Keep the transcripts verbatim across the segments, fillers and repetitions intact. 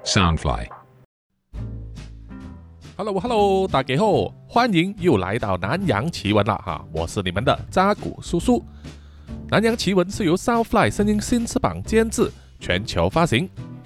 Soundfly。Hello Hello， 大家好，欢迎又来到南洋奇闻了哈，我是你们的扎古叔叔。南洋奇闻是由 Soundfly 声音新翅膀监制，全球发行。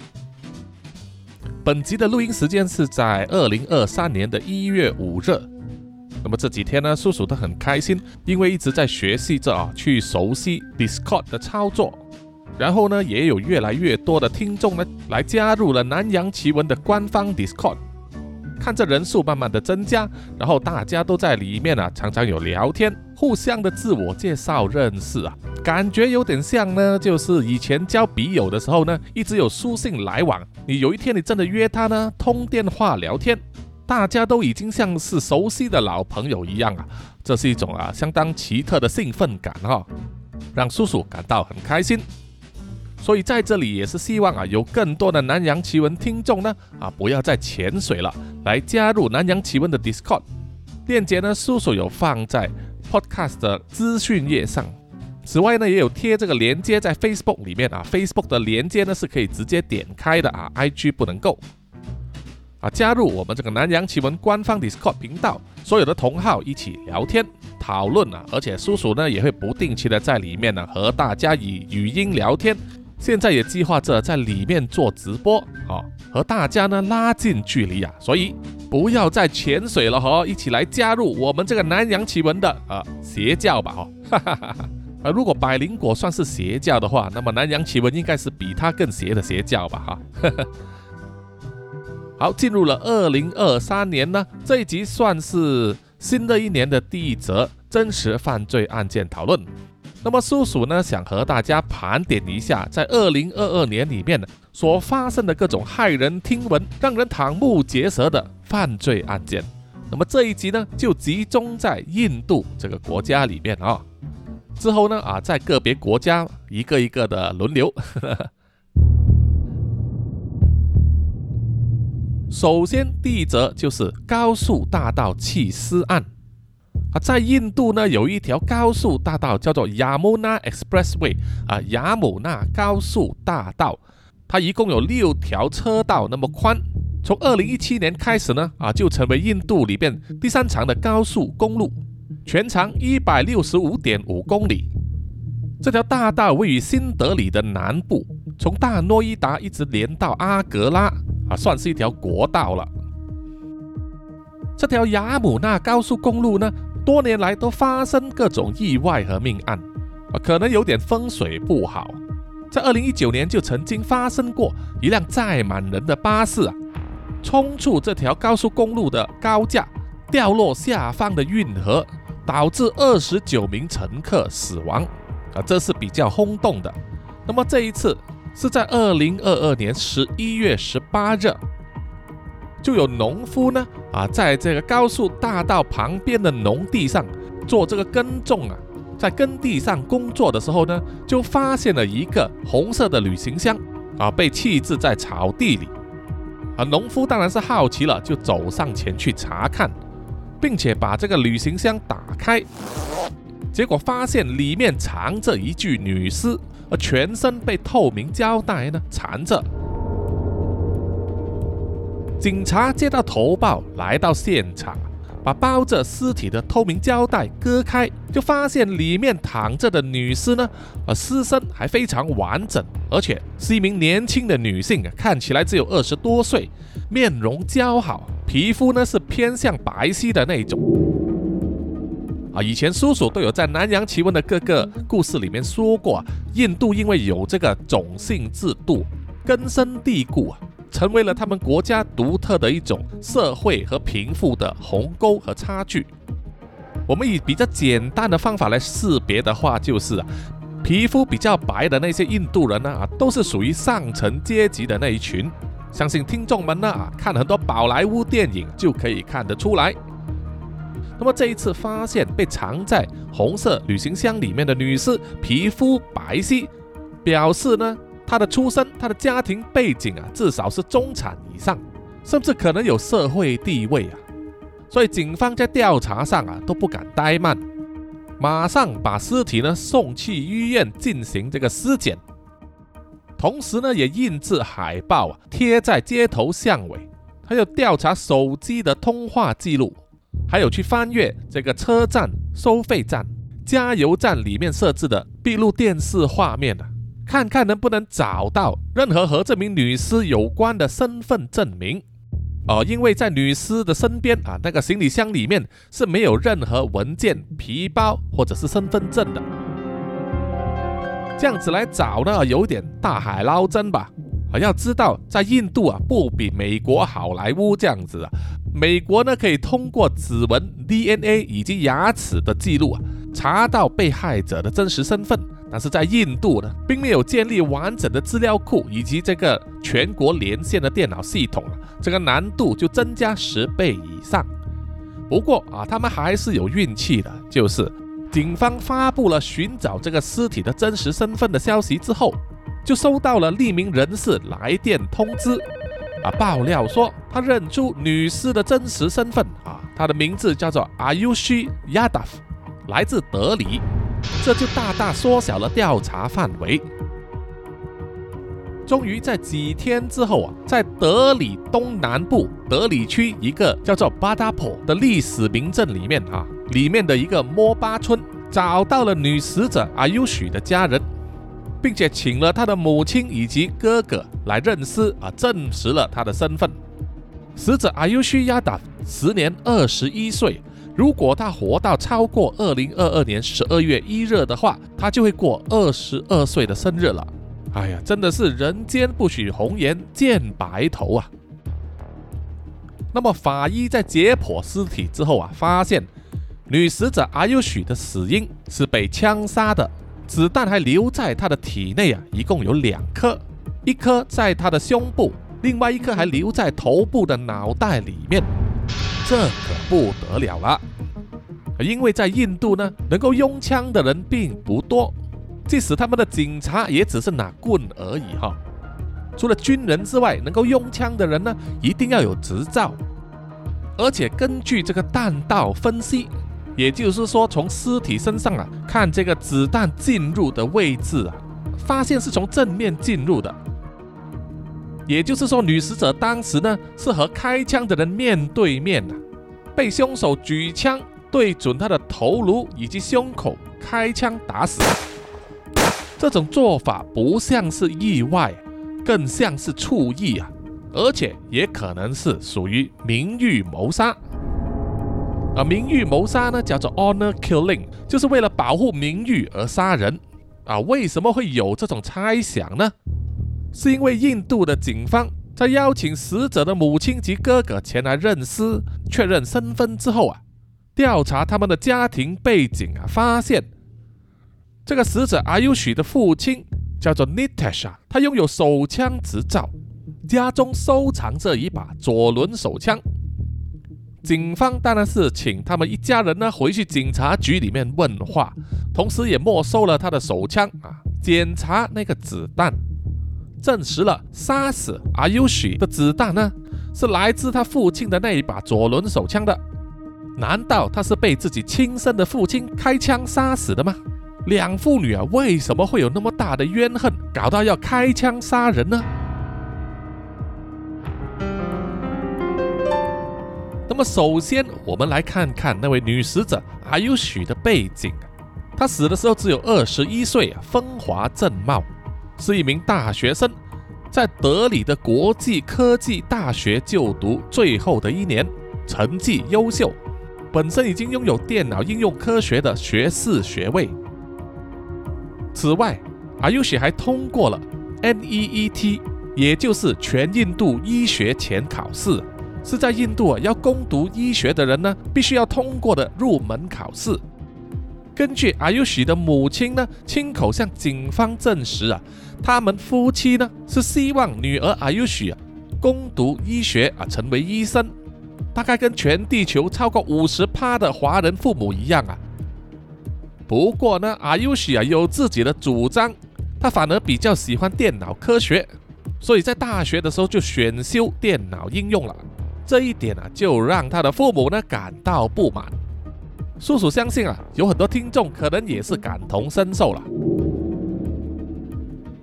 本集的录音时间是在二零二三年的一月五日。那么这几天呢，叔叔都很开心，因为一直在学习着啊，去熟悉 Discord 的操作。然后呢，也有越来越多的听众呢，来加入了南洋奇闻的官方 Discord。看着人数慢慢的增加，然后大家都在里面啊，常常有聊天，互相的自我介绍认识啊，感觉有点像呢，就是以前交笔友的时候呢，一直有书信来往，你有一天你真的约他呢，通电话聊天，大家都已经像是熟悉的老朋友一样啊，这是一种啊相当奇特的兴奋感哈、哦，让叔叔感到很开心。所以在这里也是希望啊，有更多的南洋奇闻听众呢啊，不要再潜水了，来加入南洋奇闻的 Discord。链接呢，叔叔有放在 Podcast 的资讯页上。此外呢，也有贴这个连接在 Facebook 里面啊 ，Facebook 的连接呢是可以直接点开的啊 ，I G 不能够。啊，加入我们这个南洋奇闻官方 Discord 频道，所有的同好一起聊天讨论啊，而且叔叔呢也会不定期的在里面呢和大家以语音聊天。现在也计划着在里面做直播，哦，和大家呢拉近距离啊，所以不要再潜水了哈，一起来加入我们这个南洋奇闻的啊邪教吧哈，哈哈哈哈。啊，如果百灵果算是邪教的话，那么南洋奇闻应该是比它更邪的邪教吧哈。呵呵好，进入了二零二三年呢，这一集算是新的一年的第一则真实犯罪案件讨论。那么叔叔呢，想和大家盘点一下，在二零二二年里面所发生的各种骇人听闻、让人瞠目结舌的犯罪案件。那么这一集呢，就集中在印度这个国家里面啊、哦。之后呢，啊，在个别国家一个一个的轮流。首先，第一则就是高速大道弃尸案。啊，在印度呢，有一条高速大道叫做 Yamuna Expressway 啊，雅姆纳高速大道，它一共有六条车道那么宽。从二零一七年开始呢，啊，就成为印度里面第三长的高速公路，全长一百六十五点五公里。这条大道位于新德里的南部，从大诺伊达一直连到阿格拉，啊，算是一条国道了。这条雅姆纳高速公路呢，多年来都发生各种意外和命案，可能有点风水不好。在二零一九年就曾经发生过一辆载满人的巴士啊，冲出这条高速公路的高架，掉落下方的运河，导致二十九名乘客死亡啊，这是比较轰动的。那么这一次是在二零二二年十一月十八日。就有农夫呢啊，在这个高速大道旁边的农地上做这个耕种啊，在耕地上工作的时候呢，就发现了一个红色的旅行箱啊，被弃置在草地里啊。农夫当然是好奇了，就走上前去查看，并且把这个旅行箱打开，结果发现里面藏着一具女尸，而全身被透明胶带呢缠着。警察接到投报，来到现场，把包着尸体的透明胶带割开，就发现里面躺着的女尸呢，呃，尸身还非常完整，而且是一名年轻的女性，看起来只有二十多岁，面容姣好，皮肤呢是偏向白皙的那种。啊，以前叔叔都有在南洋奇闻的各个故事里面说过，印度因为有这个种姓制度，根深蒂固啊。成为了他们国家独特的一种社会和贫富的鸿沟和差距。我们以比较简单的方法来识别的话，就是啊，皮肤比较白的那些印度人呢啊，都是属于上层阶级的那一群。相信听众们呢啊，看很多宝莱坞电影就可以看得出来。那么这一次发现被藏在红色旅行箱里面的女尸，皮肤白皙，表示呢，他的出身，他的家庭背景啊，至少是中产以上，甚至可能有社会地位啊。所以警方在调查上啊都不敢怠慢，马上把尸体呢送去医院进行这个尸检。 同时呢也印制海报啊，贴在街头巷尾，还有调查手机的通话记录，还有去翻阅这个车站、收费站、加油站里面设置的闭路电视画面啊，看看能不能找到任何和这名女尸有关的身份证明。哦，因为在女尸的身边啊，那个行李箱里面是没有任何文件、皮包或者是身份证的。这样子来找呢，有点大海捞针吧。啊，要知道在印度啊，不比美国好莱坞这样子啊。美国呢可以通过指纹、D N A 以及牙齿的记录啊，查到被害者的真实身份。但是在印度呢，并没有建立完整的资料库以及这个全国连线的电脑系统，这个难度就增加十倍以上。不过啊，他们还是有运气的，就是警方发布了寻找这个尸体的真实身份的消息之后，就收到了匿名人士来电通知，啊，爆料说他认出女尸的真实身份啊，她的名字叫做 Ayushi Yadav， 来自德里。这就大大缩小了调查范围。终于在几天之后啊，在德里东南部德里区一个叫做巴达坡的历史名镇里面啊，里面的一个摩巴村找到了女死者阿尤许的家人，并且请了他的母亲以及哥哥来认尸啊，证实了他的身份。死者阿尤许亚达时年二十一岁。如果他活到超过二零二二年十二月一日的话，他就会过二十二岁的生日了。哎呀，真的是人间不许红颜见白头啊！那么法医在解剖尸体之后啊，发现女死者阿尤许的死因是被枪杀的，子弹还留在她的体内啊，一共有两颗，一颗在她的胸部，另外一颗还留在头部的脑袋里面。这可不得了了，因为在印度呢，能够用枪的人并不多，即使他们的警察也只是拿棍而已哈。除了军人之外，能够用枪的人呢，一定要有执照。而且根据这个弹道分析，也就是说从尸体身上啊看这个子弹进入的位置啊，发现是从正面进入的。也就是说，女死者当时呢是和开枪的人面对面啊，被凶手举枪对准她的头颅以及胸口开枪打死。这种做法不像是意外，更像是蓄意啊，而且也可能是属于名誉谋杀。而名誉谋杀呢，叫做 honor killing， 就是为了保护名誉而杀人啊。为什么会有这种猜想呢？是因为印度的警方在邀请死者的母亲及哥哥前来认尸、确认身份之后啊，调查他们的家庭背景啊，发现这个死者阿尤许的父亲叫做 Nitesh， 他拥有手枪执照，家中收藏着一把左轮手枪。警方当然是请他们一家人呢回去警察局里面问话，同时也没收了他的手枪啊，检查那个子弹。证实了杀死阿尤许的子弹呢，是来自他父亲的那一把左轮手枪的。难道他是被自己亲生的父亲开枪杀死的吗？两父女啊，为什么会有那么大的怨恨，搞到要开枪杀人呢？那么首先我们来看看那位女死者阿尤许的背景。她死的时候只有二十一岁，风华正茂，是一名大学生，在德里的国际科技大学就读最后的一年，成绩优秀，本身已经拥有电脑应用科学的学士学位。此外，阿尤许还通过了 N E E T， 也就是全印度医学前考试，是在印度要攻读医学的人呢必须要通过的入门考试。根据阿尤许的母亲呢亲口向警方证实啊，他们夫妻呢是希望女儿阿尤许啊攻读医学啊，成为医生，大概跟全地球超过 百分之五十 的华人父母一样啊。不过呢，阿尤许啊有自己的主张，他反而比较喜欢电脑科学，所以在大学的时候就选修电脑应用了。这一点啊，就让他的父母呢感到不满。叔叔相信啊，有很多听众可能也是感同身受了。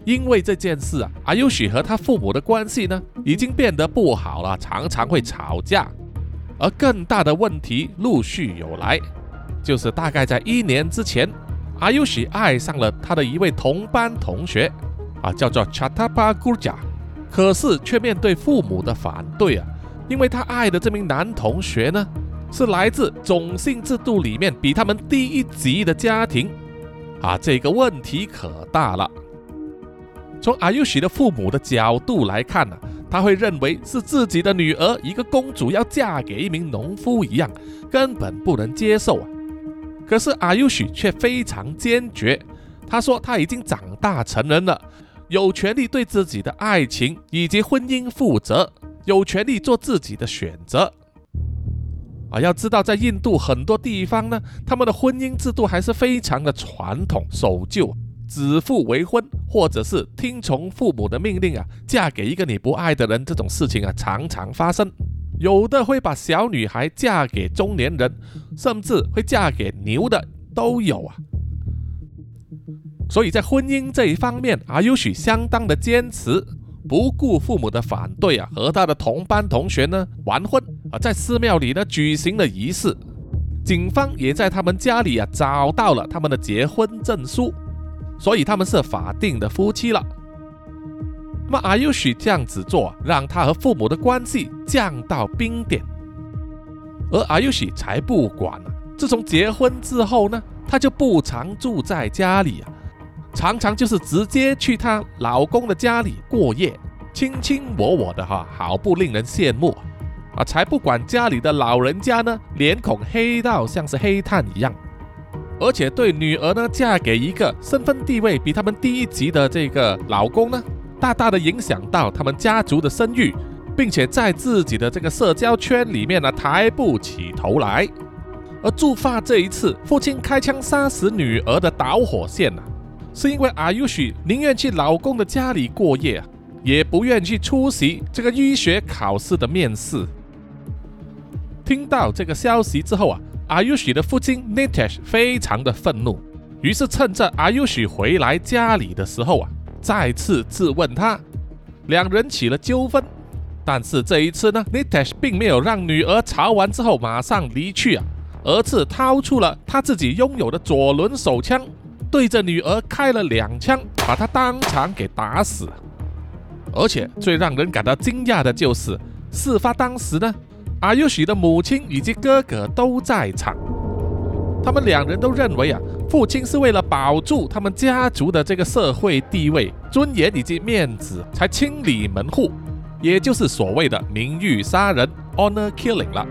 因为这件事啊，阿尤许和他父母的关系呢，已经变得不好了，常常会吵架。而更大的问题陆续有来，就是大概在一年之前，阿尤许爱上了他的一位同班同学啊，叫做 Chatapa Gurja， 可是却面对父母的反对啊，因为他爱的这名男同学呢，是来自种姓制度里面比他们低一级的家庭啊，这个问题可大了。从阿尤许的父母的角度来看呢、啊，他会认为是自己的女儿一个公主要嫁给一名农夫一样，根本不能接受啊。可是阿尤许却非常坚决，他说他已经长大成人了，有权利对自己的爱情以及婚姻负责，有权利做自己的选择。啊，要知道在印度很多地方呢，他们的婚姻制度还是非常的传统守旧，指腹为婚，或者是听从父母的命令啊，嫁给一个你不爱的人，这种事情啊常常发生。有的会把小女孩嫁给中年人，甚至会嫁给牛的都有啊。所以在婚姻这一方面，阿尤许相当的坚持，不顾父母的反对啊，和他的同班同学呢完婚啊，在寺庙里呢举行了仪式。警方也在他们家里啊找到了他们的结婚证书，所以他们是法定的夫妻了。那么阿尤许这样子做，让他和父母的关系降到冰点。而阿尤许才不管啊，自从结婚之后呢，他就不常住在家里啊，常常就是直接去她老公的家里过夜，卿卿我我的哈，好不令人羡慕啊！才不管家里的老人家呢，脸孔黑到像是黑炭一样。而且对女儿呢，嫁给一个身份地位比他们低一级的这个老公呢，大大的影响到他们家族的声誉，并且在自己的这个社交圈里面呢，抬不起头来。而触发这一次父亲开枪杀死女儿的导火线呢、啊，是因为阿尤许宁愿去老公的家里过夜、啊，也不愿去出席这个医学考试的面试。听到这个消息之后啊，阿尤许的父亲 Nitesh 非常的愤怒，于是趁着阿尤许回来家里的时候啊，再次质问他，两人起了纠纷。但是这一次呢 ，Nitesh 并没有让女儿吵完之后马上离去啊，而是掏出了他自己拥有的左轮手枪，对着女儿开了两枪，把她当场给打死。而且最让人感到惊讶的就是，事发当时呢，阿尤许的母亲以及哥哥都在场。他们两人都认为啊，父亲是为了保住他们家族的这个社会地位、尊严以及面子，才清理门户，也就是所谓的名誉杀人 （honor killing） 了。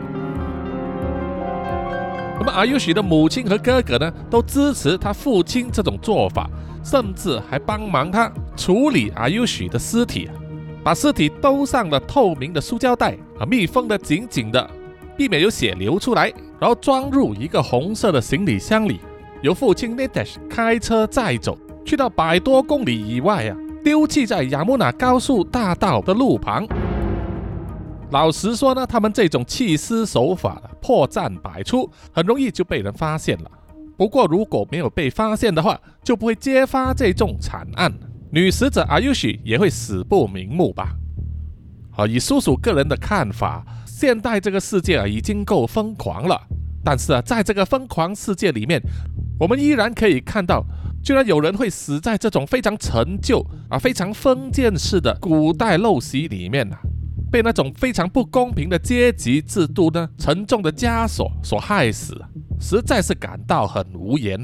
那么阿尤许的母亲和哥哥呢，都支持他父亲这种做法，甚至还帮忙他处理阿尤许的尸体，把尸体兜上了透明的塑胶袋，密封的紧紧的，避免有血流出来，然后装入一个红色的行李箱里，由父亲 Nitesh 开车载走，去到百多公里以外啊，丢弃在雅穆纳高速大道的路旁。老实说呢，他们这种弃尸手法破绽百出，很容易就被人发现了。不过如果没有被发现的话，就不会揭发这种惨案，女死者阿尤许也会死不瞑目吧。好，以叔叔个人的看法，现代这个世界啊已经够疯狂了，但是啊，在这个疯狂世界里面，我们依然可以看到，居然有人会死在这种非常陈旧啊、非常封建式的古代陋习里面啊，被那种非常不公平的阶级制度呢沉重的枷锁所害死，实在是感到很无言啊。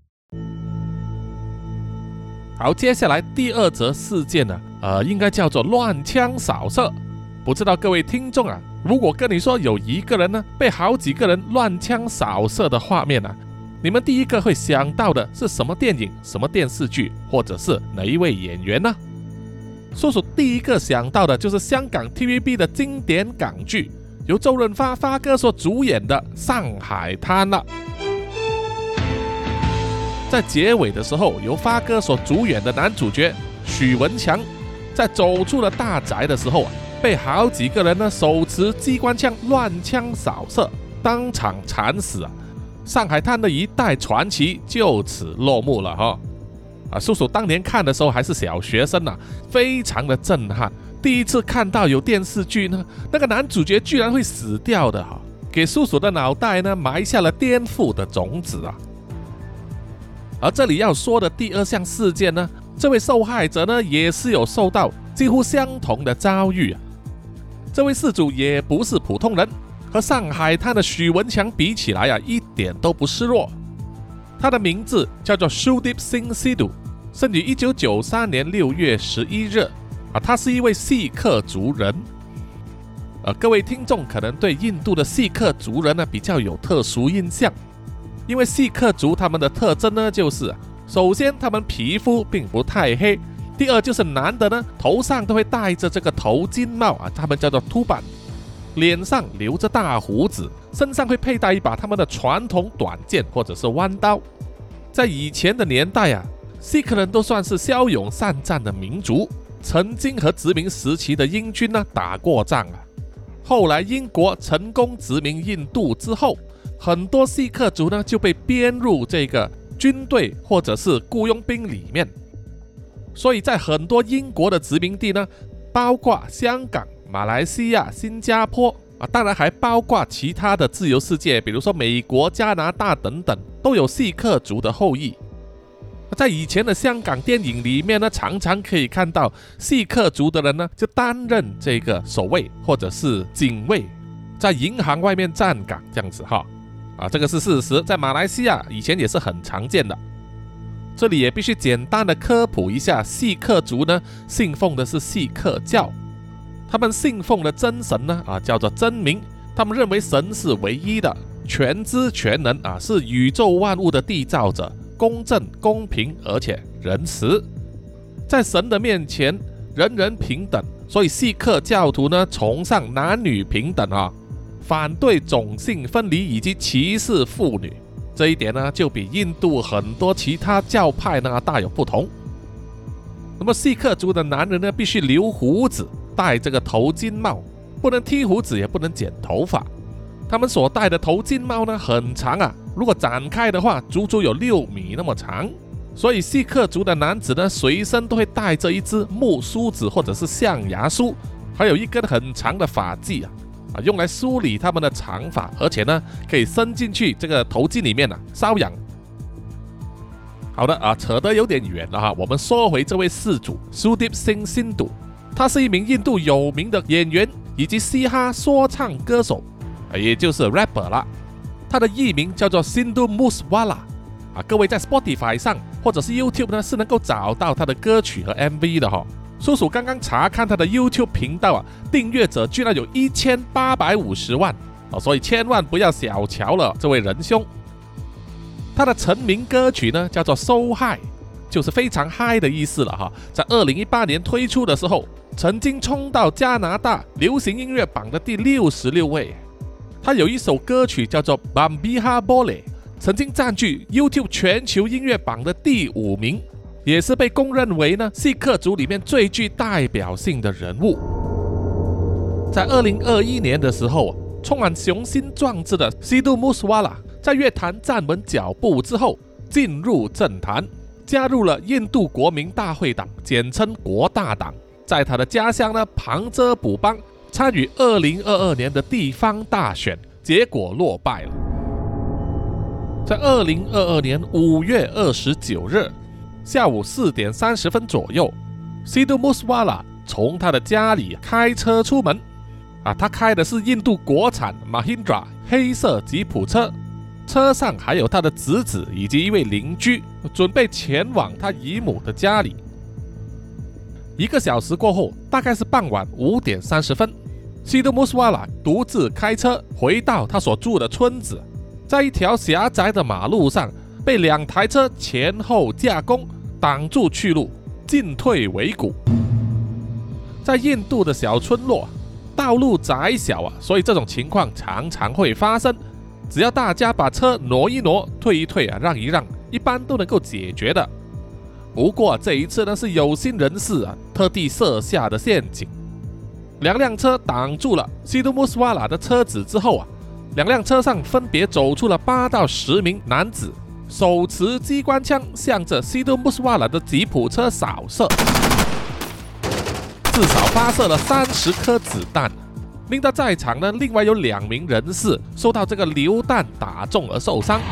好，接下来第二则事件呢，呃，应该叫做乱枪扫射。不知道各位听众啊，如果跟你说有一个人呢被好几个人乱枪扫射的画面啊，你们第一个会想到的是什么电影、什么电视剧，或者是哪一位演员呢？叔叔第一个想到的就是香港 T V B 的经典港剧，由周润发发哥所主演的《上海滩》了。在结尾的时候，由发哥所主演的男主角许文强，在走出了大宅的时候啊，被好几个人呢手持机关枪乱枪扫射，当场惨死啊！上海滩的一代传奇就此落幕了哈。 啊，叔叔当年看的时候还是小学生啊，非常的震撼。第一次看到有电视剧呢，那个男主角居然会死掉的哈、啊，给叔叔的脑袋呢埋下了颠覆的种子啊。而这里要说的第二项事件呢，这位受害者呢也是有受到几乎相同的遭遇啊。这位事主也不是普通人，和上海滩的许文强比起来啊，一点都不示弱。他的名字叫做 Shudip Singh Sidhu， 生于一九九三年六月十一日啊，他是一位锡克族人。呃，各位听众可能对印度的锡克族人呢比较有特殊印象，因为锡克族他们的特征呢就是，首先他们皮肤并不太黑，第二就是男的呢头上都会戴着这个头巾帽啊，他们叫做秃板，脸上留着大胡子，身上会佩戴一把他们的传统短剑或者是弯刀。在以前的年代啊，锡克人都算是骁勇善战的民族，曾经和殖民时期的英军呢打过仗啊。后来英国成功殖民印度之后，很多锡克族呢就被编入这个军队或者是雇佣兵里面。所以在很多英国的殖民地呢，包括香港、马来西亚、新加坡啊，当然还包括其他的自由世界，比如说美国、加拿大等等，都有锡克族的后裔。在以前的香港电影里面呢，常常可以看到锡克族的人呢，就担任这个守卫或者是警卫，在银行外面站岗这样子哈。啊，这个是事实，在马来西亚以前也是很常见的。这里也必须简单的科普一下，锡克族呢信奉的是锡克教，他们信奉的真神呢啊叫做真明，他们认为神是唯一的，全知全能啊，是宇宙万物的缔造者，公正公平而且仁慈，在神的面前人人平等，所以锡克教徒呢崇尚男女平等啊，反对种姓分离以及歧视妇女。这一点呢，就比印度很多其他教派呢大有不同。那么锡克族的男人呢，必须留胡子，戴这个头巾帽，不能剃胡子，也不能剪头发。他们所戴的头巾帽呢很长啊，如果展开的话，足足有六米那么长。所以锡克族的男子呢，随身都会带着一支木梳子或者是象牙梳，还有一根很长的发髻啊。啊，用来梳理他们的长发，而且呢，可以伸进去这个头巾里面啊，瘙痒。好的啊，扯得有点远了哈，我们说回这位事主 Shudip Singh Sidhu， 他是一名印度有名的演员以及嘻哈说唱歌手，也就是 rapper 啦。他的艺名叫做 Sidhu Moosewala 啊，各位在 Spotify 上或者是 YouTube 呢是能够找到他的歌曲和 M V 的哈。叔叔刚刚查看他的 YouTube 频道啊，订阅者居然有一千八百五十万哦，所以千万不要小瞧了这位仁兄。他的成名歌曲呢叫做 So High， 就是非常嗨的意思了哈。在二零一八年推出的时候，曾经冲到加拿大流行音乐榜的第六十六位。他有一首歌曲叫做 Bambiha Boleh， 曾经占据 YouTube 全球音乐榜的第五名。也是被公认为呢锡克族里面最具代表性的人物。在二零二一年的时候，充满雄心壮志的 Sidhu Moosewala 在乐坛站稳脚步之后，进入政坛，加入了印度国民大会党，简称国大党。在他的家乡呢旁遮普邦参与二零二二年的地方大选，结果落败了。在二零二二年五月二十九日下午四点三十分左右， Sidhu Moosewala 从他的家里开车出门啊，他开的是印度国产 Mahindra 黑色吉普车，车上还有他的侄子以及一位邻居，准备前往他姨母的家里。一个小时过后，大概是傍晚五点三十分， Sidhu Moosewala 独自开车回到他所住的村子，在一条狭窄的马路上被两台车前后架攻，挡住去路，进退维谷。在印度的小村落，道路窄小啊，所以这种情况常常会发生。只要大家把车挪一挪、退一退啊、让一让，一般都能够解决的。不过这一次呢，是有心人士啊特地设下的陷阱。两辆车挡住了 Sidhu Moosewala 的车子之后啊，两辆车上分别走出了八到十名男子。 手持机关枪向着西都穆斯瓦拉的吉普车扫射，至少发射了三十颗子弹，令到在场呢另外有两名人士受到这个榴弹打中而受伤。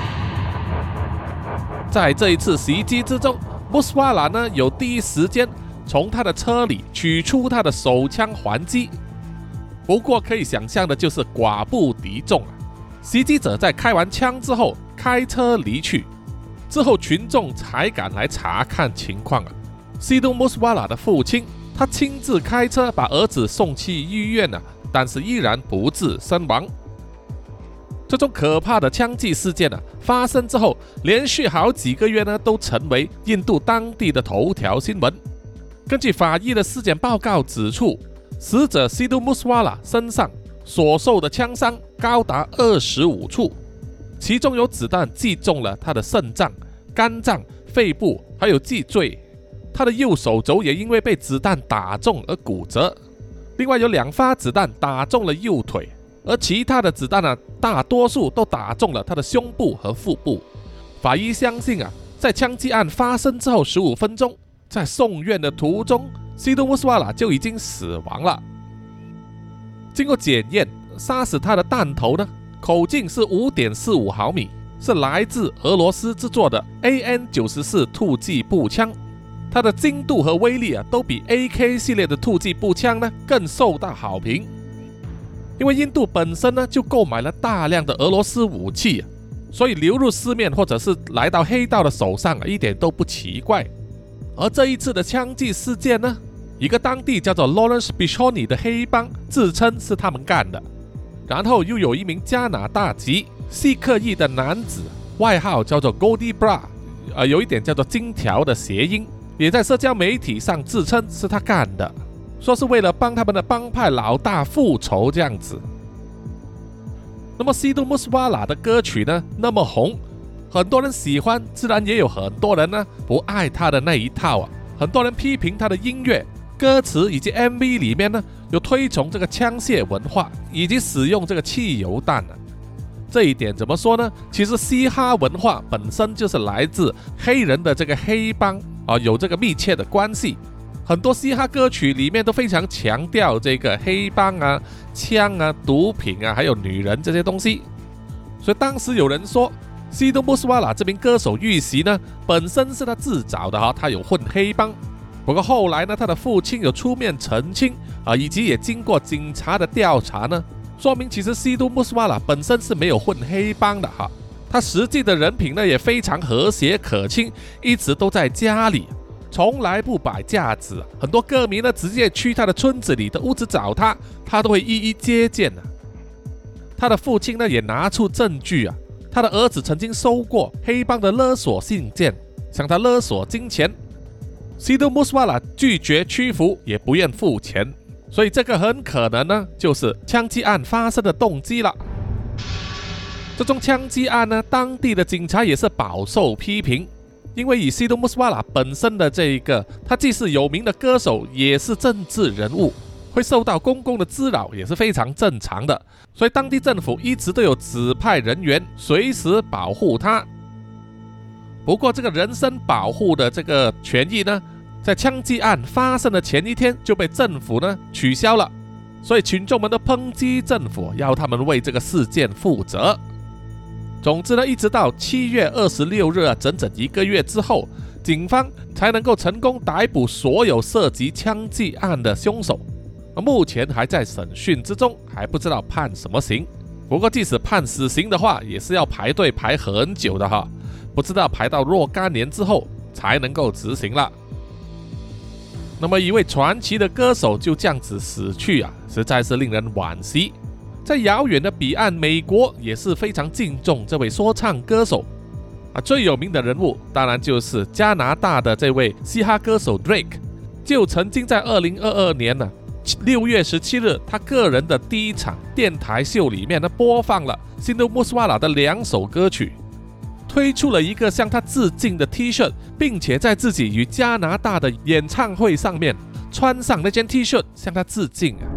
在这一次袭击之中，穆斯瓦拉呢有第一时间从他的车里取出他的手枪还击，不过可以想象的就是寡不敌众啊！袭击者在开完枪之后开车离去，之后群众才赶来查看情况啊。西都穆斯瓦拉的父亲他亲自开车把儿子送去医院啊，但是依然不治身亡。这种可怕的枪击事件啊，发生之后，连续好几个月呢，都成为印度当地的头条新闻。根据法医的尸检报告指出，死者西都穆斯瓦拉身上所受的枪伤高达二十五处，其中有子弹击中了他的肾脏、肝脏、肺部，还有脊椎。他的右手肘也因为被子弹打中而骨折。另外有两发子弹打中了右腿。而其他的子弹呢，大多数都打中了他的胸部和腹部。法医相信啊，在枪击案发生之后十五分钟，在送院的途中，西都穆斯瓦拉就已经死亡了。经过检验，杀死他的弹头呢，口径是 五点四五毫米，是来自俄罗斯制作的 A N 九十四 突击步枪。它的精度和威力啊，都比 A K 系列的突击步枪呢更受到好评。因为印度本身呢就购买了大量的俄罗斯武器，所以流入市面或者是来到黑道的手上一点都不奇怪。而这一次的枪击事件呢，一个当地叫做 Lawrence Bishoni 的黑帮自称是他们干的，然后又有一名加拿大籍锡克裔的男子，外号叫做 Goldie Bra， 呃，有一点叫做金条的谐音，也在社交媒体上自称是他干的。说是为了帮他们的帮派老大复仇这样子。那么西都穆斯瓦拉的歌曲呢那么红，很多人喜欢，自然也有很多人呢不爱他的那一套啊。很多人批评他的音乐、歌词以及 M V 里面呢有推崇这个枪械文化，以及使用这个汽油弹啊。这一点怎么说呢？其实嘻哈文化本身就是来自黑人的这个黑帮啊，有这个密切的关系。很多嘻哈歌曲里面都非常强调这个黑帮啊、枪啊、毒品啊，还有女人这些东西。所以当时有人说，西都穆斯瓦拉这名歌手遇袭呢，本身是他自找的哈，他有混黑帮。不过后来呢，他的父亲有出面澄清啊，以及也经过警察的调查呢，说明其实西都穆斯瓦拉本身是没有混黑帮的哈。他实际的人品呢也非常和谐可亲，一直都在家里。从来不摆架子，很多歌迷呢直接去他的村子里的屋子找他，他都会一一接见啊。他的父亲呢也拿出证据啊，他的儿子曾经收过黑帮的勒索信件，向他勒索金钱。西都穆斯瓦拉拒绝屈服，也不愿付钱，所以这个很可能呢就是枪击案发生的动机了。这宗枪击案呢，当地的警察也是饱受批评。因为以西都穆斯瓦拉本身的这一个，他既是有名的歌手，也是政治人物，会受到公共的滋扰也是非常正常的，所以当地政府一直都有指派人员随时保护他。不过这个人身保护的这个权益呢，在枪击案发生的前一天就被政府呢取消了，所以群众们都抨击政府，要他们为这个事件负责。总之呢，一直到七月二十六日啊，整整一个月之后，警方才能够成功逮捕所有涉及枪击案的凶手。目前还在审讯之中，还不知道判什么刑。不过即使判死刑的话，也是要排队排很久的哈，不知道排到若干年之后才能够执行了。那么一位传奇的歌手就这样子死去啊，实在是令人惋惜。在遥远的彼岸，美国也是非常敬重这位说唱歌手啊。最有名的人物当然就是加拿大的这位嘻哈歌手 Drake， 就曾经在二零二二年呢六月十七日，他个人的第一场电台秀里面呢播放了西都穆斯瓦拉的两首歌曲，推出了一个向他致敬的 T 恤，并且在自己与加拿大的演唱会上面穿上那件 T 恤向他致敬啊。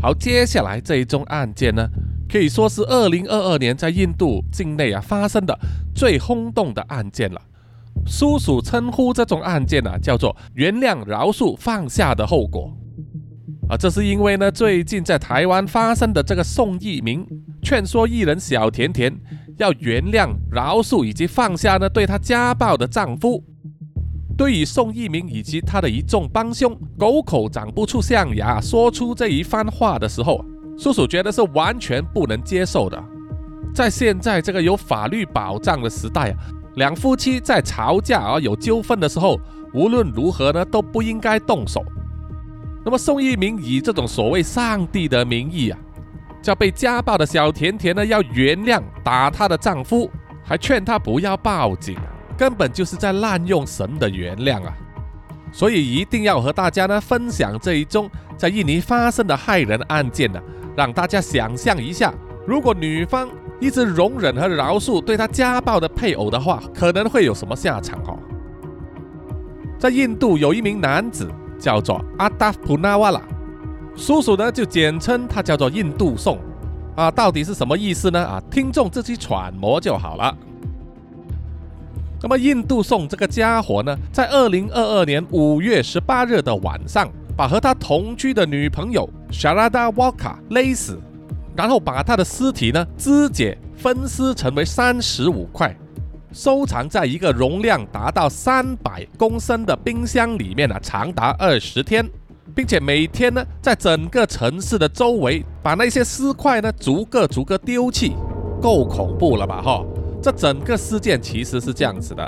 好，接下来这一宗案件呢，可以说是二零二二年在印度境内啊发生的最轰动的案件了。叔叔称呼这种案件啊叫做原谅、饶恕、放下的后果啊，这是因为呢，最近在台湾发生的这个宋逸民劝说艺人小甜甜要原谅、饶恕以及放下呢对她家暴的丈夫。对于宋逸民以及他的一众帮凶狗口长不出象牙说出这一番话的时候，叔叔觉得是完全不能接受的。在现在这个有法律保障的时代啊，两夫妻在吵架啊有纠纷的时候，无论如何呢都不应该动手。那么宋逸民以这种所谓上帝的名义啊，叫被家暴的小甜甜呢要原谅打她的丈夫，还劝她不要报警，根本就是在滥用神的原谅啊！所以一定要和大家呢分享这一宗在印尼发生的害人案件呢，让大家想象一下，如果女方一直容忍和饶恕对她家暴的配偶的话，可能会有什么下场哦？在印度有一名男子叫做阿达普纳瓦拉，叔叔呢就简称他叫做印度宋啊，到底是什么意思呢？啊，听众自己揣摩就好了。那么印度宋这个家伙呢，在二零二二年五月十八日的晚上，把和他同居的女朋友 Sharada Walker 勒死，然后把他的尸体呢肢解分尸成为三十五块，收藏在一个容量达到三百公升的冰箱里面啊，长达二十天，并且每天呢在整个城市的周围把那些尸块呢逐个逐个丢弃，够恐怖了吧哈？这整个事件其实是这样子的，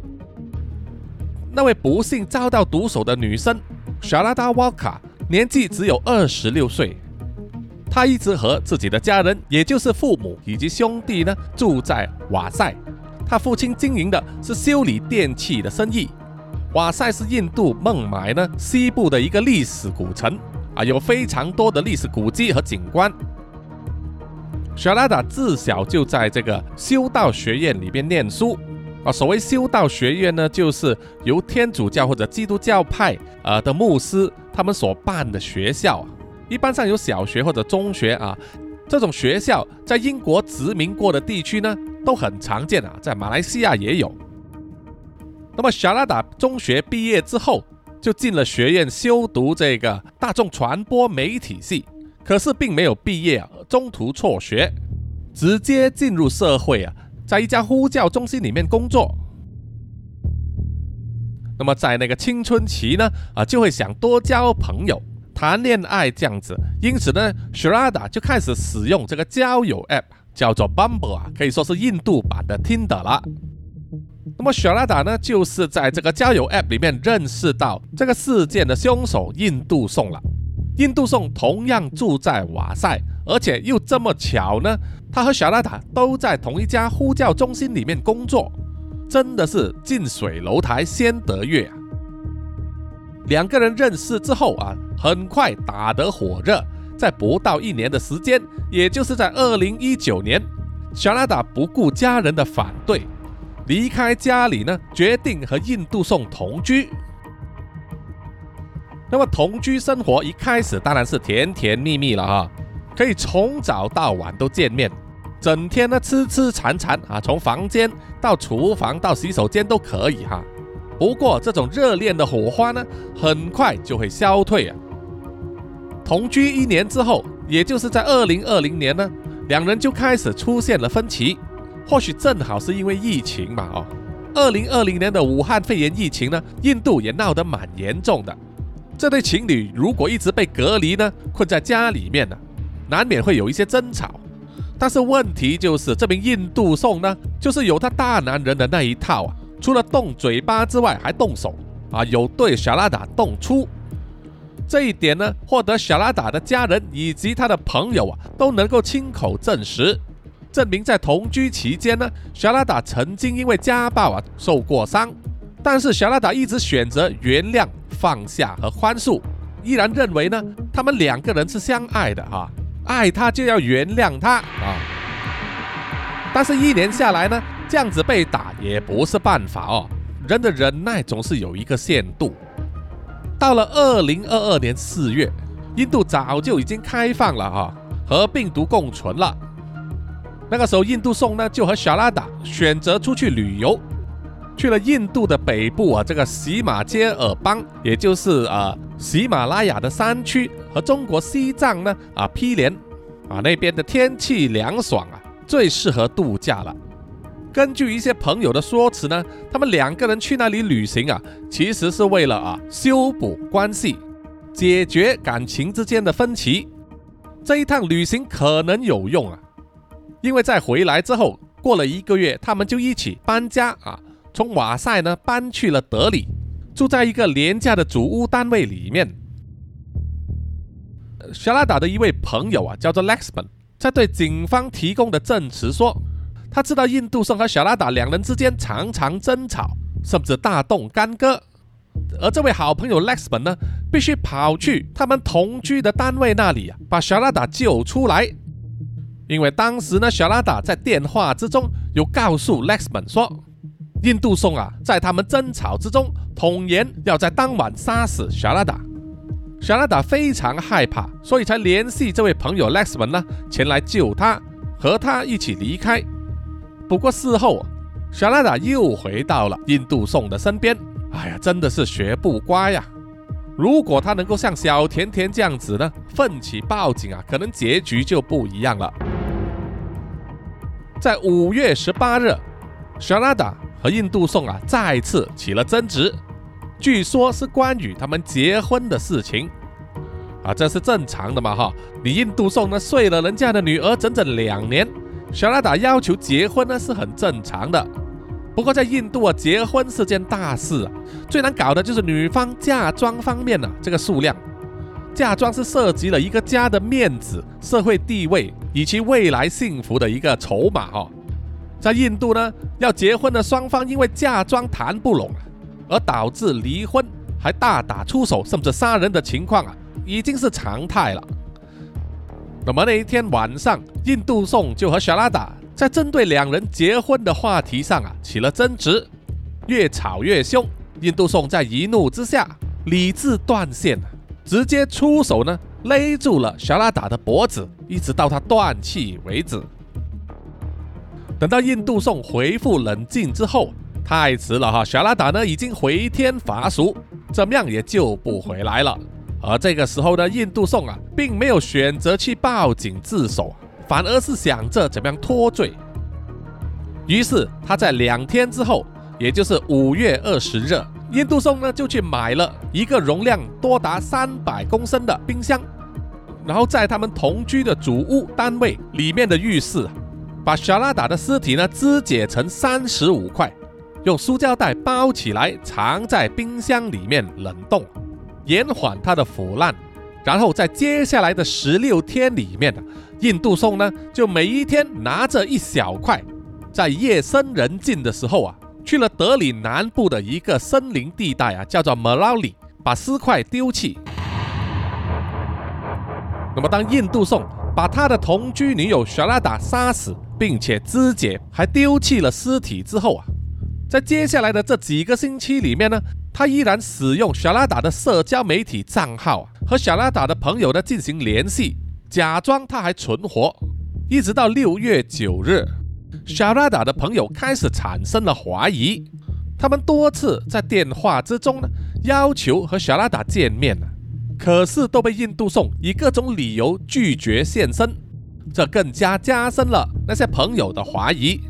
那位不幸遭到毒手的女生 Sharada Walker 年纪只有二十六岁，她一直和自己的家人，也就是父母以及兄弟呢住在瓦塞。她父亲经营的是修理电器的生意。瓦塞是印度孟买呢西部的一个历史古城啊，有非常多的历史古迹和景观。Sharada 自小就在这个修道学院里边念书啊。所谓修道学院呢，就是由天主教或者基督教派呃的牧师他们所办的学校，一般上有小学或者中学啊。这种学校在英国殖民过的地区呢都很常见啊，在马来西亚也有。那么 Sharada 中学毕业之后，就进了学院修读这个大众传播媒体系。可是并没有毕业啊，中途辍学，直接进入社会啊，在一家呼叫中心里面工作。那么在那个青春期呢，啊，就会想多交朋友、谈恋爱这样子，因此呢 ，Sharada 就开始使用这个交友 App， 叫做 Bumble 啊，可以说是印度版的 Tinder 了。那么 Sharada 呢，就是在这个交友 App 里面认识到这个事件的凶手印度宋了。印度宋同样住在瓦塞，而且又这么巧呢，他和小拉达都在同一家呼叫中心里面工作，真的是近水楼台先得月啊！两个人认识之后啊，很快打得火热，在不到一年的时间，也就是在二零一九年，小拉达不顾家人的反对，离开家里呢，决定和印度宋同居。那么同居生活一开始当然是甜甜蜜蜜了哈，可以从早到晚都见面，整天呢痴痴缠缠啊，从房间到厨房到洗手间都可以哈。不过这种热恋的火花呢，很快就会消退啊。同居一年之后，也就是在二零二零年呢，两人就开始出现了分歧。或许正好是因为疫情嘛哦，二零二零年的武汉肺炎疫情呢，印度也闹得蛮严重的。这对情侣如果一直被隔离呢，困在家里面呢，难免会有一些争吵。但是问题就是这名印度宋呢，就是有他大男人的那一套啊，除了动嘴巴之外还动手啊，有对小拉达动粗。这一点呢，获得小拉达的家人以及他的朋友啊，都能够亲口证实，证明在同居期间呢，小拉达曾经因为家暴啊受过伤，但是小拉达一直选择原谅、放下和宽恕，依然认为呢，他们两个人是相爱的哈、啊，爱他就要原谅他啊。但是，一年下来呢，这样子被打也不是办法哦，人的忍耐总是有一个限度。到了二零二二年四月， 印度早就已经开放了哈，和病毒共存了。那个时候，印度宋呢就和小拉达选择出去旅游，去了印度的北部啊，这个喜马偕尔邦，也就是啊喜马拉雅的山区，和中国西藏呢啊毗连啊那边的天气凉爽啊，最适合度假了。根据一些朋友的说辞呢，他们两个人去那里旅行啊，其实是为了啊修补关系，解决感情之间的分歧。这一趟旅行可能有用啊，因为在回来之后，过了一个月，他们就一起搬家啊，从瓦塞呢搬去了德里，住在一个廉价的主屋单位里面。小拉达的一位朋友啊，叫做 Lexman， 在对警方提供的证词说，他知道印度宋和小拉达两人之间常常争吵，甚至大动干戈。而这位好朋友 Lexman 呢，必须跑去他们同居的单位那里啊，把小拉达救出来。因为当时呢，小拉达在电话之中有告诉 Lexman 说，印度宋啊，在他们争吵之中统言要在当晚杀死小拉达。小拉达非常害怕，所以才联系这位朋友 Lexman 呢，前来救他，和他一起离开。不过事后，小拉达又回到了印度宋的身边。哎呀，真的是学不乖呀！如果他能够像小甜甜这样子呢，奋起报警啊，可能结局就不一样了。在五月十八日，小拉达和印度宋啊再次起了争执，据说是关于他们结婚的事情啊，这是正常的嘛哈！你印度宋呢睡了人家的女儿整整两年，小拉达要求结婚呢是很正常的。不过在印度啊，结婚是件大事啊，最难搞的就是女方嫁妆方面啊，这个数量。嫁妆是涉及了一个家的面子、社会地位以及未来幸福的一个筹码哈、哦。在印度呢，要结婚的双方因为嫁妆谈不拢，而导致离婚，还大打出手甚至杀人的情况啊，已经是常态了。那么那一天晚上，印度宋就和小拉达在针对两人结婚的话题上啊起了争执，越吵越凶。印度宋在一怒之下，理智断线，直接出手呢勒住了小拉达的脖子，一直到他断气为止。等到印度宋恢复冷静之后，太迟了哈，小拉达呢已经回天乏术，怎么样也救不回来了。而这个时候呢，印度宋啊并没有选择去报警自首，反而是想着怎么样脱罪。于是他在两天之后，也就是五月二十日，印度宋呢就去买了一个容量多达三百公升的冰箱，然后在他们同居的主屋单位里面的浴室，把小拉达的尸体呢肢解成三十五块，用塑胶袋包起来，藏在冰箱里面冷冻，延缓它的腐烂。然后在接下来的十六天里面，印度宋呢就每一天拿着一小块，在夜深人静的时候啊，去了德里南部的一个森林地带啊，叫做 Marauli， 把尸块丢弃。那么当印度宋把他的同居女友小拉达杀死，并且肢解还丢弃了尸体之后啊，在接下来的这几个星期里面呢，他依然使用小拉达的社交媒体账号、啊、和小拉达的朋友呢进行联系，假装他还存活。一直到六月九日，小拉达的朋友开始产生了怀疑，他们多次在电话之中呢要求和小拉达见面，可是都被印度宋以各种理由拒绝现身，这更加加深了那些朋友的怀疑。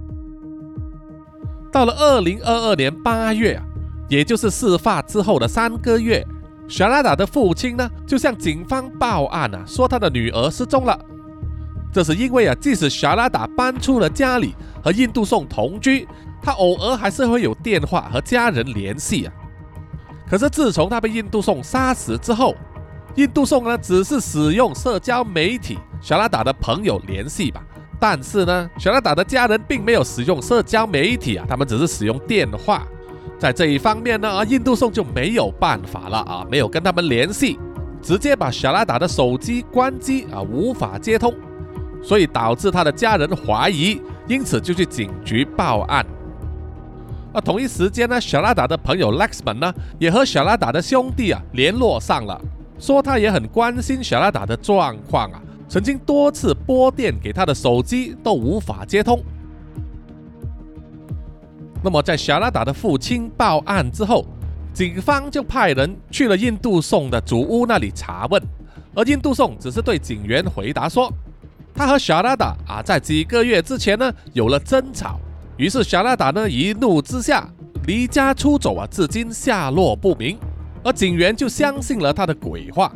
到了二零二二年八月啊，也就是事发之后的三个月，小拉达的父亲呢就向警方报案啊，说他的女儿失踪了。这是因为啊，即使小拉达搬出了家里和印度宋同居，他偶尔还是会有电话和家人联系啊。可是自从他被印度宋杀死之后，印度宋呢只是使用社交媒体小拉达的朋友联系吧，但是呢，小拉达的家人并没有使用社交媒体啊，他们只是使用电话。在这一方面呢，印度宋就没有办法了啊，没有跟他们联系，直接把小拉达的手机关机啊，无法接通，所以导致他的家人怀疑，因此就去警局报案。而同一时间呢，小拉达的朋友 Lexman 呢，也和小拉达的兄弟啊联络上了， 说他也很关心小拉达的状况啊，曾经多次拨电给他的手机都无法接通。那么在小拉达的父亲报案之后，警方就派人去了印度颂的祖屋那里查问，而印度颂只是对警员回答说，他和小拉达啊在几个月之前呢有了争吵，于是小拉达呢一怒之下离家出走啊，至今下落不明，而警员就相信了他的鬼话。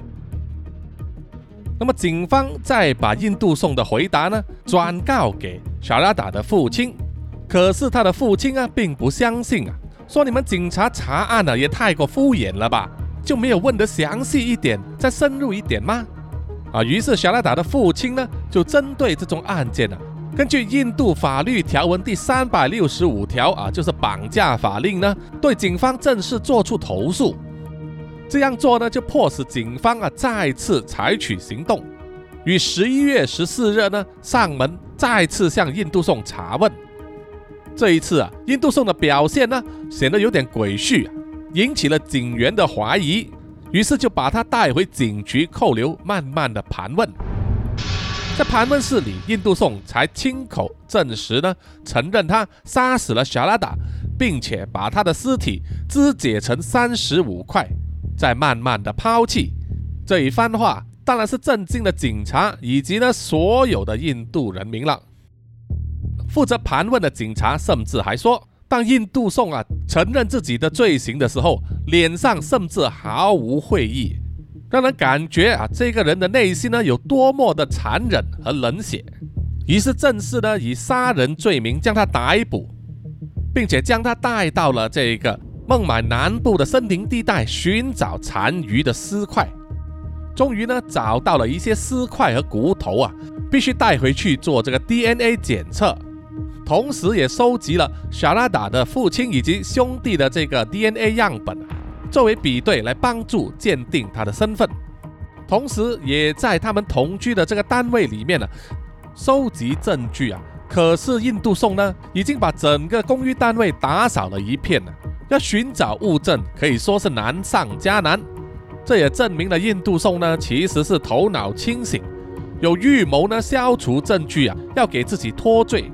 那么警方再把印度颂的回答呢转告给小拉达的父亲，可是他的父亲啊并不相信啊，说你们警察查案啊也太过敷衍了吧，就没有问得详细一点，再深入一点吗？啊，于是小拉达的父亲呢就针对这宗案件啊，根据印度法律条文第三百六十五条啊，就是绑架法令呢，对警方正式作出投诉。这样做呢，就迫使警方啊再次采取行动，于十一月十四日呢上门再次向印度颂查问。这一次啊，印度颂的表现呢显得有点诡谲啊，引起了警员的怀疑，于是就把他带回警局扣留，慢慢的盘问。在盘问室里，印度颂才亲口证实呢，承认他杀死了小拉达，并且把他的尸体肢解成三十五块，再慢慢的抛弃。这一番话当然是震惊了警察以及呢所有的印度人民了。负责盘问的警察甚至还说，当印度颂啊承认自己的罪行的时候，脸上甚至毫无悔意，让人感觉啊这个人的内心呢有多么的残忍和冷血。于是正式呢以杀人罪名将他逮捕，并且将他带到了这个孟买南部的森林地带寻找残余的尸块。终于呢找到了一些尸块和骨头啊，必须带回去做这个 D N A 检测。同时也收集了小拉达的父亲以及兄弟的这个 D N A 样本，作为比对来帮助鉴定他的身份。同时也在他们同居的这个单位里面呢收集证据啊。可是印度颂呢已经把整个公寓单位打扫了一片了，要寻找物证可以说是难上加难。这也证明了印度颂呢其实是头脑清醒，有预谋呢消除证据啊，要给自己脱罪。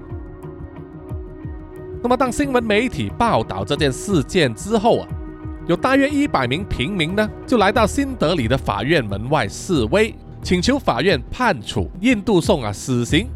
那么当新闻媒体报道这件事件之后啊，有大约一百名平民呢就来到新德里的法院门外示威，请求法院判处印度颂啊死刑。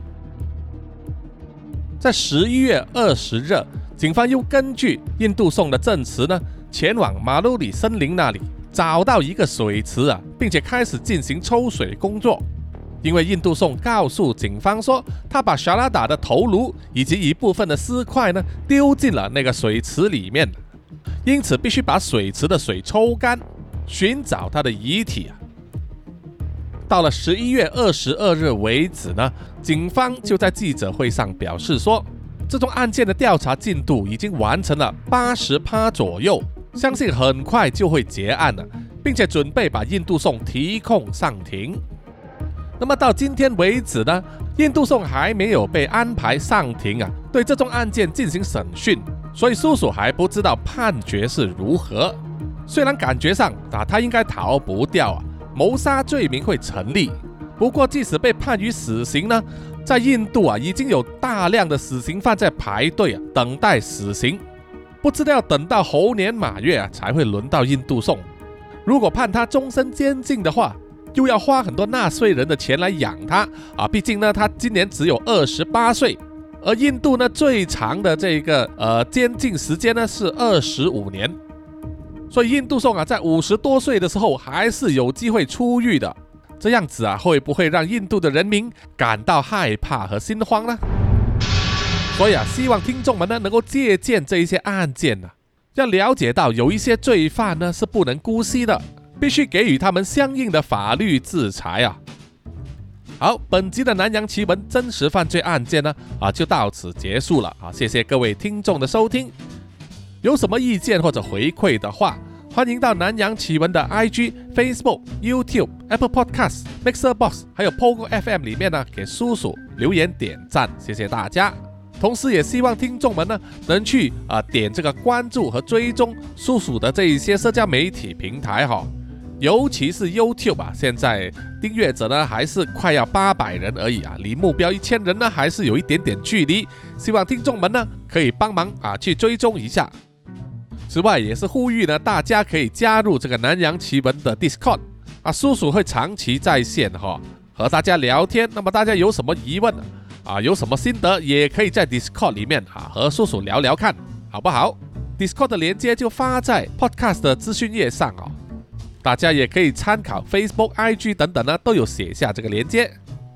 在十一月二十日，警方又根据印度颂的证词呢，前往马鲁里森林那里找到一个水池啊，并且开始进行抽水工作。因为印度颂告诉警方说，他把小拉达的头颅以及一部分的尸块呢丢进了那个水池里面，因此必须把水池的水抽干，寻找他的遗体啊。到了十一月二十二日为止呢，警方就在记者会上表示说，这宗案件的调查进度已经完成了 百分之八十 左右，相信很快就会结案了，并且准备把印度颂提控上庭。那么到今天为止呢，印度颂还没有被安排上庭啊，对这宗案件进行审讯，所以叔叔还不知道判决是如何。虽然感觉上啊，他应该逃不掉啊，谋杀罪名会成立。不过即使被判于死刑呢，在印度啊已经有大量的死刑犯在排队啊等待死刑，不知道要等到猴年马月啊才会轮到印度颂。如果判他终身监禁的话，又要花很多纳税人的钱来养他啊！毕竟呢，他今年只有二十八岁，而印度呢最长的这个呃监禁时间呢是二十五年，所以印度颂啊在五十多岁的时候还是有机会出狱的。这样子啊，会不会让印度的人民感到害怕和心慌呢？所以啊，希望听众们呢能够借鉴这一些案件啊，要了解到有一些罪犯呢是不能姑息的。必须给予他们相应的法律制裁啊！好，本集的南洋奇闻真实犯罪案件呢啊就到此结束了啊！谢谢各位听众的收听，有什么意见或者回馈的话，欢迎到南洋奇闻的 I G、Facebook、YouTube、Apple Podcasts、Mixer Box 还有 Pogo F M 里面呢给叔叔留言点赞，谢谢大家。同时也希望听众们呢能去啊点这个关注和追踪叔叔的这一些社交媒体平台哈。 尤其是 YouTube 啊，现在订阅者呢还是快要八百人而已啊，离目标一千人呢还是有一点点距离。希望听众们呢可以帮忙啊去追踪一下。此外，也是呼吁呢大家可以加入这个南洋奇闻的 Discord 啊，叔叔会长期在线哈、哦、和大家聊天。那么大家有什么疑问啊，有什么心得，也可以在 Discord 里面啊和叔叔聊聊看，好不好？ Discord 的连接就发在 Podcast 的资讯页上哦。大家也可以参考 Facebook、I G 等等呢，都有写下这个连接。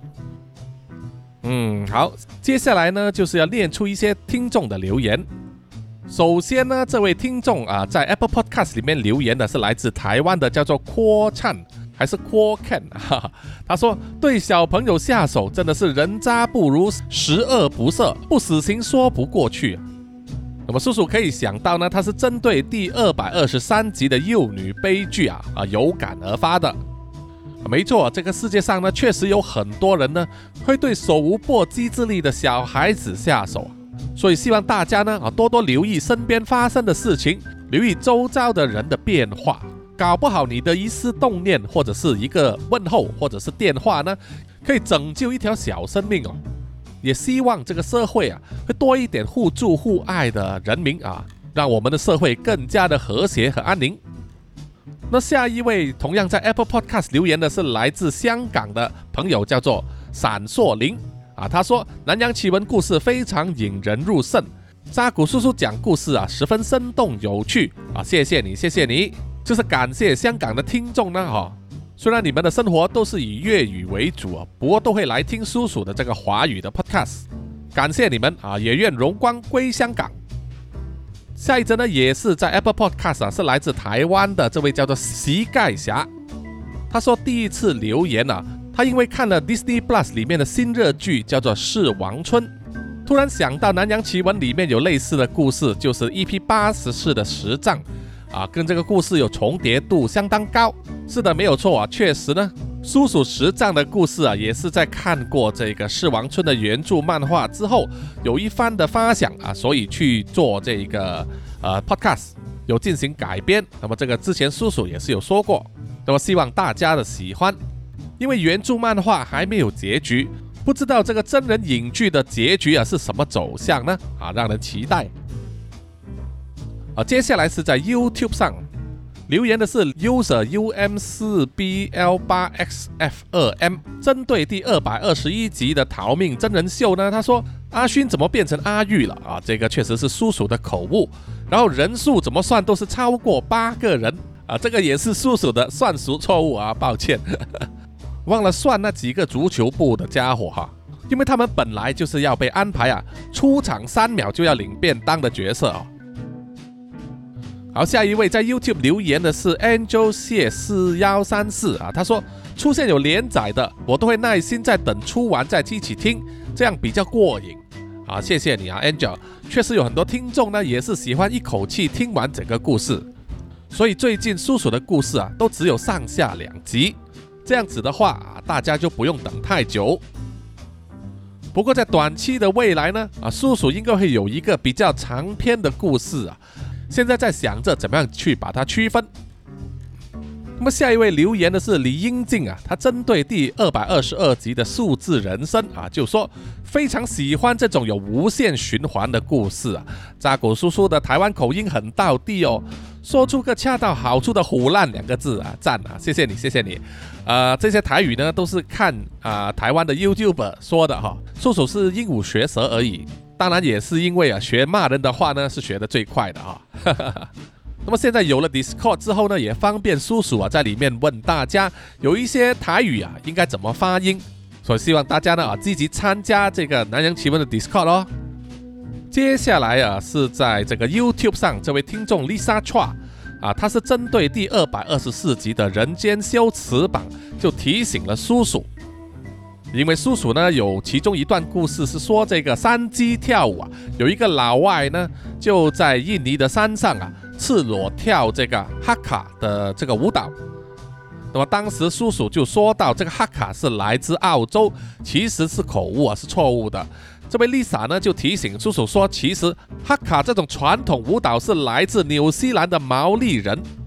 嗯，好，接下来呢就是要念出一些听众的留言。首先呢，这位听众啊，在 Apple Podcast 里面留言的是来自台湾的，叫做郭灿还是郭 Ken， 哈哈，他说对小朋友下手真的是人渣不如十恶不赦，不死刑说不过去。那么叔叔可以想到呢，他是针对第二百二十三集的幼女悲剧啊啊有感而发的。没错，这个世界上呢，确实有很多人呢会对手无缚鸡之力的小孩子下手，所以希望大家呢啊多多留意身边发生的事情，留意周遭的人的变化，搞不好你的一丝动念，或者是一个问候，或者是电话呢，可以拯救一条小生命哦。也希望这个社会啊，会多一点互助互爱的人民啊，让我们的社会更加的和谐和安宁。那下一位同样在 Apple Podcast 留言的是来自香港的朋友，叫做闪烁灵啊。他说南洋奇闻故事非常引人入胜，扎古叔叔讲故事啊十分生动有趣啊，谢谢你，谢谢你，就是感谢香港的听众呢哈、哦。虽然你们的生活都是以粤语为主啊，不过都会来听叔叔的这个华语的 podcast， 感谢你们啊，也愿荣光归香港。下一则呢，也是在 Apple Podcast 啊，是来自台湾的这位叫做膝盖侠。他说第一次留言啊，他因为看了 Disney Plus 里面的新热剧叫做《是王村》，突然想到南洋奇闻里面有类似的故事，就是 E P 八十四的十丈啊，跟这个故事有重叠度相当高。是的，没有错啊，确实呢，叔叔十丈的故事啊，也是在看过这个《是王村》的原著漫画之后，有一番的发想啊，所以去做这个呃 podcast， 有进行改编。那么这个之前叔叔也是有说过，那么希望大家的喜欢，因为原著漫画还没有结局，不知道这个真人影剧的结局啊是什么走向呢？啊，让人期待。啊，接下来是在 YouTube 上留言的是 user U M 四 B L 八 X F 二 M， 针对第二百二十一集的逃命真人秀呢，他说阿勋怎么变成阿玉了啊？这个确实是叔叔的口误，然后人数怎么算都是超过八个人啊，这个也是叔叔的算术错误啊，抱歉，忘了算那几个足球部的家伙哈，因为他们本来就是要被安排啊出场三秒就要领便当的角色哦。好，下一位在 YouTube 留言的是 Angel 谢四一三四啊，他说出现有连载的，我都会耐心在等出完再一起听，这样比较过瘾啊，谢谢你啊 Angel， 确实有很多听众呢也是喜欢一口气听完整个故事，所以最近叔叔的故事啊都只有上下两集，这样子的话啊大家就不用等太久。不过在短期的未来呢啊，叔叔应该会有一个比较长篇的故事啊，现在在想着怎么样去把它区分。那么下一位留言的是李英静啊，他针对第二百二十二集的数字人生啊，就说非常喜欢这种有无限循环的故事啊。扎古叔叔的台湾口音很道地哦，说出个恰到好处的唬烂两个字啊，赞啊，谢谢你，谢谢你。呃，这些台语呢都是看啊、呃、台湾的 YouTuber 说的哈，叔叔是鹦鹉学舌而已。当然也是因为啊，学骂人的话呢是学得最快的啊。那么现在有了 Discord 之后呢，也方便叔叔啊在里面问大家有一些台语啊应该怎么发音，所以希望大家呢啊积极参加这个南洋奇闻的 Discord 哦。接下来啊是在这个 YouTube 上，这位听众 Lisa Chua 啊，他是针对第二百二十四集的人间修辞榜就提醒了叔叔。因为叔叔呢有其中一段故事是说这个山鸡跳舞啊，有一个老外呢就在印尼的山上啊赤裸跳这个哈卡的这个舞蹈。那么当时叔叔就说到这个哈卡是来自澳洲，其实是口误啊，是错误的。这位 Lisa 呢就提醒叔叔说，其实哈卡这种传统舞蹈是来自纽西兰的毛利人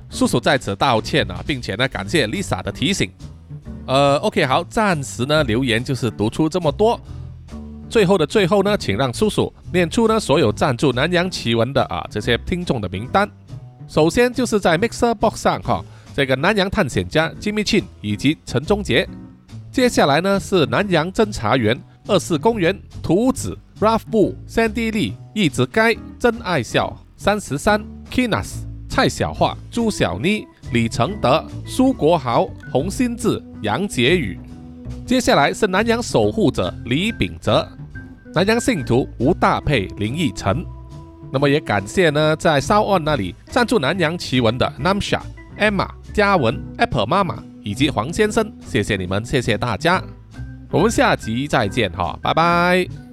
叔叔在此道歉啊，并且呢感谢 Lisa 的提醒。呃 ，OK， 好，暂时呢留言就是读出这么多。最后的最后呢，请让叔叔念出呢所有赞助南洋奇闻的啊这些听众的名单。首先就是在 Mixer Box 上哈，这个南洋探险家 Jimmy Chin 以及陈忠杰。接下来呢是南洋侦查员、二四公园、图子、Ralph Bu、Sandy Lee、一直该、真爱笑、三十三、Kinas、蔡小桦、朱小妮、李承德、苏国豪、洪新志、杨杰宇。接下来是南洋守护者李秉哲，南洋信徒吴大佩、林奕晨。那么也感谢呢在SoundOn那里赞助南洋奇闻的 Namsha、Emma、嘉文、Apple 妈妈以及黄先生，谢谢你们，谢谢大家，我们下集再见哈，拜拜。